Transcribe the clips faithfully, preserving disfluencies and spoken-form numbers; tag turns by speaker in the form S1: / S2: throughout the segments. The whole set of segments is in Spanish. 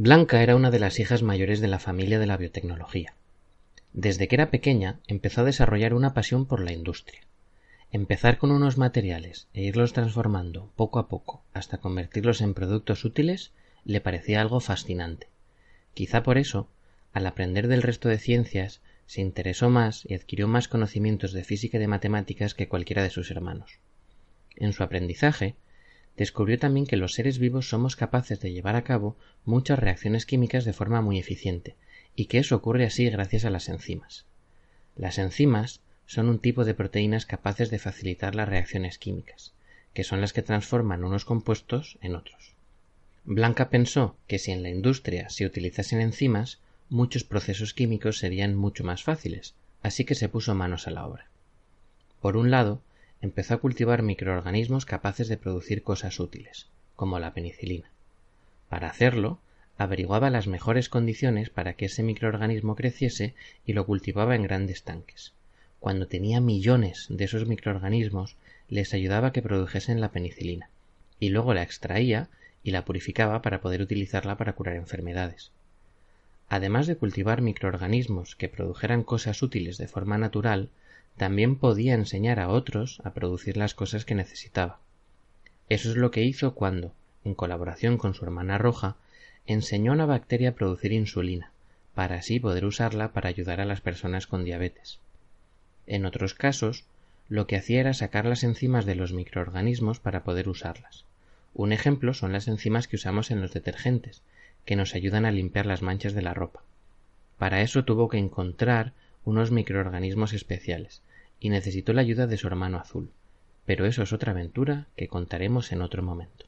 S1: Blanca era una de las hijas mayores de la familia de la biotecnología. Desde que era pequeña empezó a desarrollar una pasión por la industria. Empezar con unos materiales e irlos transformando poco a poco hasta convertirlos en productos útiles le parecía algo fascinante. Quizá por eso, al aprender del resto de ciencias, se interesó más y adquirió más conocimientos de física y de matemáticas que cualquiera de sus hermanos. En su aprendizaje, descubrió también que los seres vivos somos capaces de llevar a cabo muchas reacciones químicas de forma muy eficiente, y que eso ocurre así gracias a las enzimas. Las enzimas son un tipo de proteínas capaces de facilitar las reacciones químicas, que son las que transforman unos compuestos en otros. Blanca pensó que si en la industria se utilizasen enzimas, muchos procesos químicos serían mucho más fáciles, así que se puso manos a la obra. Por un lado, empezó a cultivar microorganismos capaces de producir cosas útiles, como la penicilina. Para hacerlo, averiguaba las mejores condiciones para que ese microorganismo creciese y lo cultivaba en grandes tanques. Cuando tenía millones de esos microorganismos, les ayudaba a que produjesen la penicilina, y luego la extraía y la purificaba para poder utilizarla para curar enfermedades. Además de cultivar microorganismos que produjeran cosas útiles de forma natural, también podía enseñar a otros a producir las cosas que necesitaba. Eso es lo que hizo cuando, en colaboración con su hermana Roja, enseñó a una bacteria a producir insulina, para así poder usarla para ayudar a las personas con diabetes. En otros casos, lo que hacía era sacar las enzimas de los microorganismos para poder usarlas. Un ejemplo son las enzimas que usamos en los detergentes, que nos ayudan a limpiar las manchas de la ropa. Para eso tuvo que encontrar unos microorganismos especiales, y necesitó la ayuda de su hermano azul. Pero eso es otra aventura que contaremos en otro momento.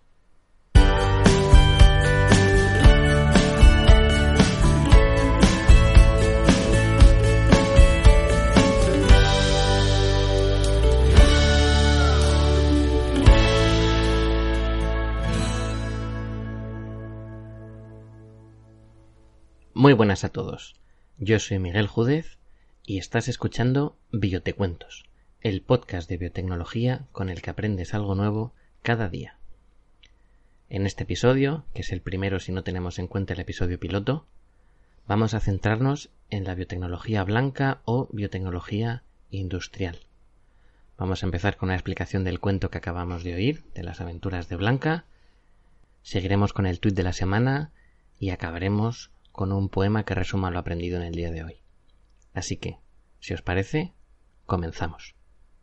S1: Muy buenas a todos. Yo soy Miguel Júdez y estás escuchando Biotecuentos, el podcast de biotecnología con el que aprendes algo nuevo cada día. En este episodio, que es el primero si no tenemos en cuenta el episodio piloto, vamos a centrarnos en la biotecnología blanca o biotecnología industrial. Vamos a empezar con una explicación del cuento que acabamos de oír, de las aventuras de Blanca. Seguiremos con el tuit de la semana y acabaremos con un poema que resuma lo aprendido en el día de hoy. Así que, si os parece, comenzamos.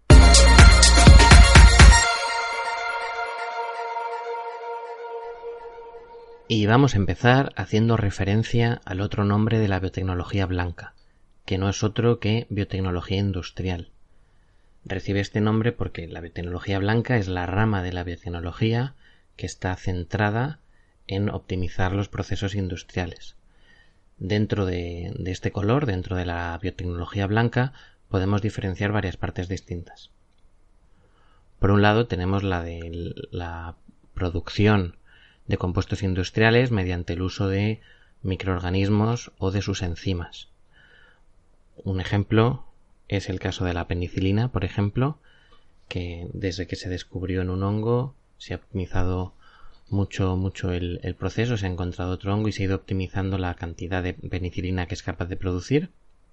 S1: Y vamos a empezar haciendo referencia al otro nombre de la biotecnología blanca, que no es otro que biotecnología industrial. Recibe este nombre porque la biotecnología blanca es la rama de la biotecnología que está centrada en optimizar los procesos industriales. Dentro de, de este color, dentro de la biotecnología blanca, podemos diferenciar varias partes distintas. Por un lado tenemos la de la producción de compuestos industriales mediante el uso de microorganismos o de sus enzimas. Un ejemplo es el caso de la penicilina, por ejemplo, que desde que se descubrió en un hongo se ha optimizado mucho mucho el, el proceso, se ha encontrado otro hongo y se ha ido optimizando la cantidad de penicilina que es capaz de producir,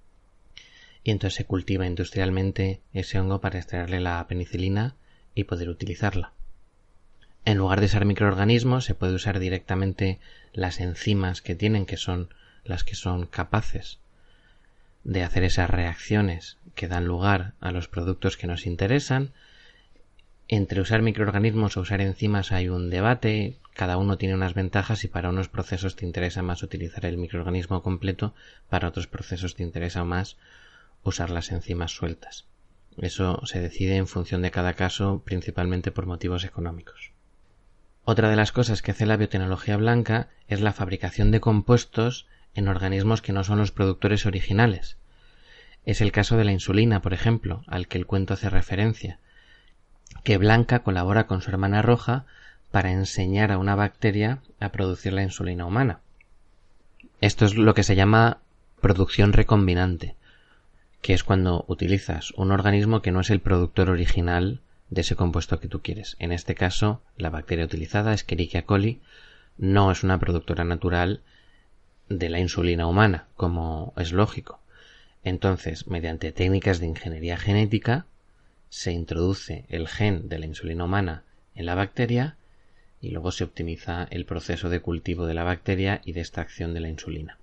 S1: y entonces se cultiva industrialmente ese hongo para extraerle la penicilina y poder utilizarla. En lugar de usar microorganismos, se puede usar directamente las enzimas que tienen, que son las que son capaces de hacer esas reacciones que dan lugar a los productos que nos interesan. Entre usar microorganismos o usar enzimas hay un debate, cada uno tiene unas ventajas y para unos procesos te interesa más utilizar el microorganismo completo, para otros procesos te interesa más usar las enzimas sueltas. Eso se decide en función de cada caso, principalmente por motivos económicos. Otra de las cosas que hace la biotecnología blanca es la fabricación de compuestos en organismos que no son los productores originales. Es el caso de la insulina, por ejemplo, al que el cuento hace referencia, que Blanca colabora con su hermana Roja para enseñar a una bacteria a producir la insulina humana. Esto es lo que se llama producción recombinante, que es cuando utilizas un organismo que no es el productor original de ese compuesto que tú quieres. En este caso, la bacteria utilizada, Escherichia coli, no es una productora natural de la insulina humana, como es lógico. Entonces, mediante técnicas de ingeniería genética, se introduce el gen de la insulina humana en la bacteria y luego se optimiza el proceso de cultivo de la bacteria y de extracción de la insulina.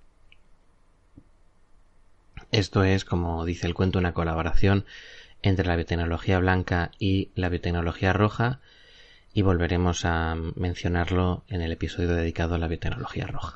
S1: Esto es, como dice el cuento, una colaboración entre la biotecnología blanca y la biotecnología roja, y volveremos a mencionarlo en el episodio dedicado a la biotecnología roja.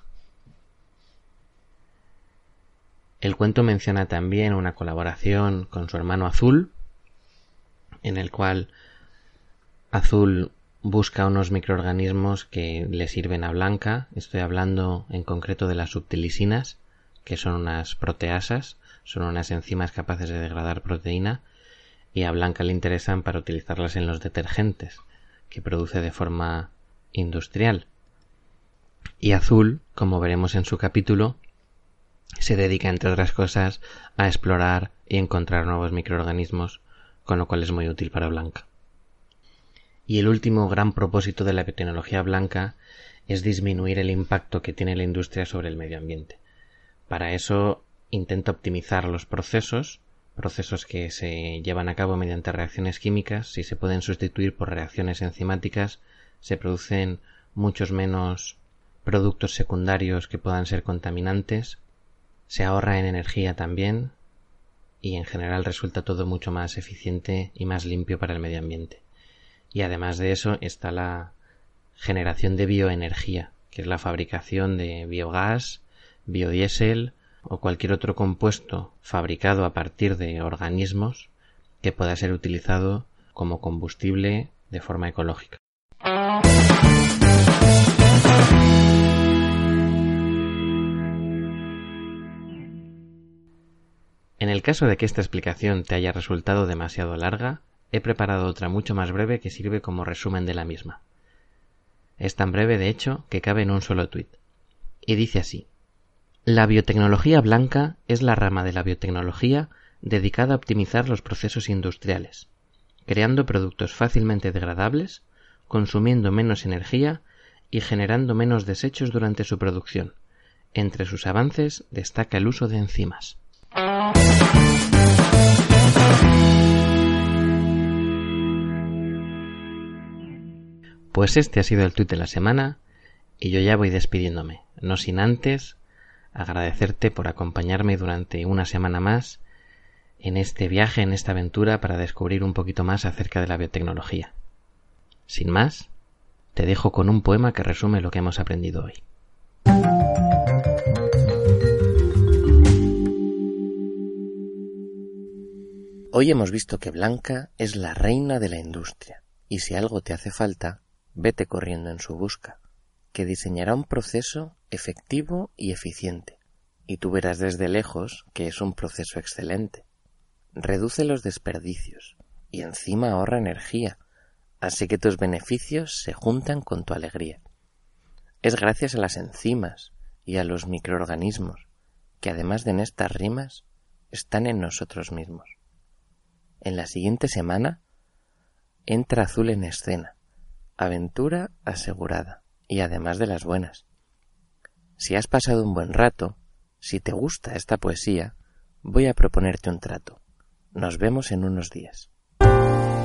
S1: El cuento menciona también una colaboración con su hermano Azul, en el cual Azul busca unos microorganismos que le sirven a Blanca. Estoy hablando en concreto de las subtilisinas, que son unas proteasas, son unas enzimas capaces de degradar proteína, y a Blanca le interesan para utilizarlas en los detergentes que produce de forma industrial. Y Azul, como veremos en su capítulo, se dedica, entre otras cosas, a explorar y encontrar nuevos microorganismos, con lo cual es muy útil para Blanca. Y el último gran propósito de la biotecnología blanca es disminuir el impacto que tiene la industria sobre el medio ambiente. Para eso intenta optimizar los procesos, procesos que se llevan a cabo mediante reacciones químicas. Si se pueden sustituir por reacciones enzimáticas, se producen muchos menos productos secundarios que puedan ser contaminantes, se ahorra en energía también y en general resulta todo mucho más eficiente y más limpio para el medio ambiente. Y además de eso está la generación de bioenergía, que es la fabricación de biogás, biodiesel o cualquier otro compuesto fabricado a partir de organismos que pueda ser utilizado como combustible de forma ecológica. En el caso de que esta explicación te haya resultado demasiado larga, he preparado otra mucho más breve que sirve como resumen de la misma. Es tan breve, de hecho, que cabe en un solo tuit. Y dice así: la biotecnología blanca es la rama de la biotecnología dedicada a optimizar los procesos industriales, creando productos fácilmente degradables, consumiendo menos energía y generando menos desechos durante su producción. Entre sus avances destaca el uso de enzimas. Pues este ha sido el tuit de la semana y yo ya voy despidiéndome, no sin antes agradecerte por acompañarme durante una semana más en este viaje, en esta aventura para descubrir un poquito más acerca de la biotecnología. Sin más, te dejo con un poema que resume lo que hemos aprendido hoy. Hoy hemos visto que Blanca es la reina de la industria, y si algo te hace falta, vete corriendo en su busca, que diseñará un proceso efectivo y eficiente, y tú verás desde lejos que es un proceso excelente. Reduce los desperdicios, y encima ahorra energía, así que tus beneficios se juntan con tu alegría. Es gracias a las enzimas y a los microorganismos, que además de en estas rimas, están en nosotros mismos. En la siguiente semana, entra Azul en escena, aventura asegurada, y además de las buenas. Si has pasado un buen rato, si te gusta esta poesía, voy a proponerte un trato. Nos vemos en unos días.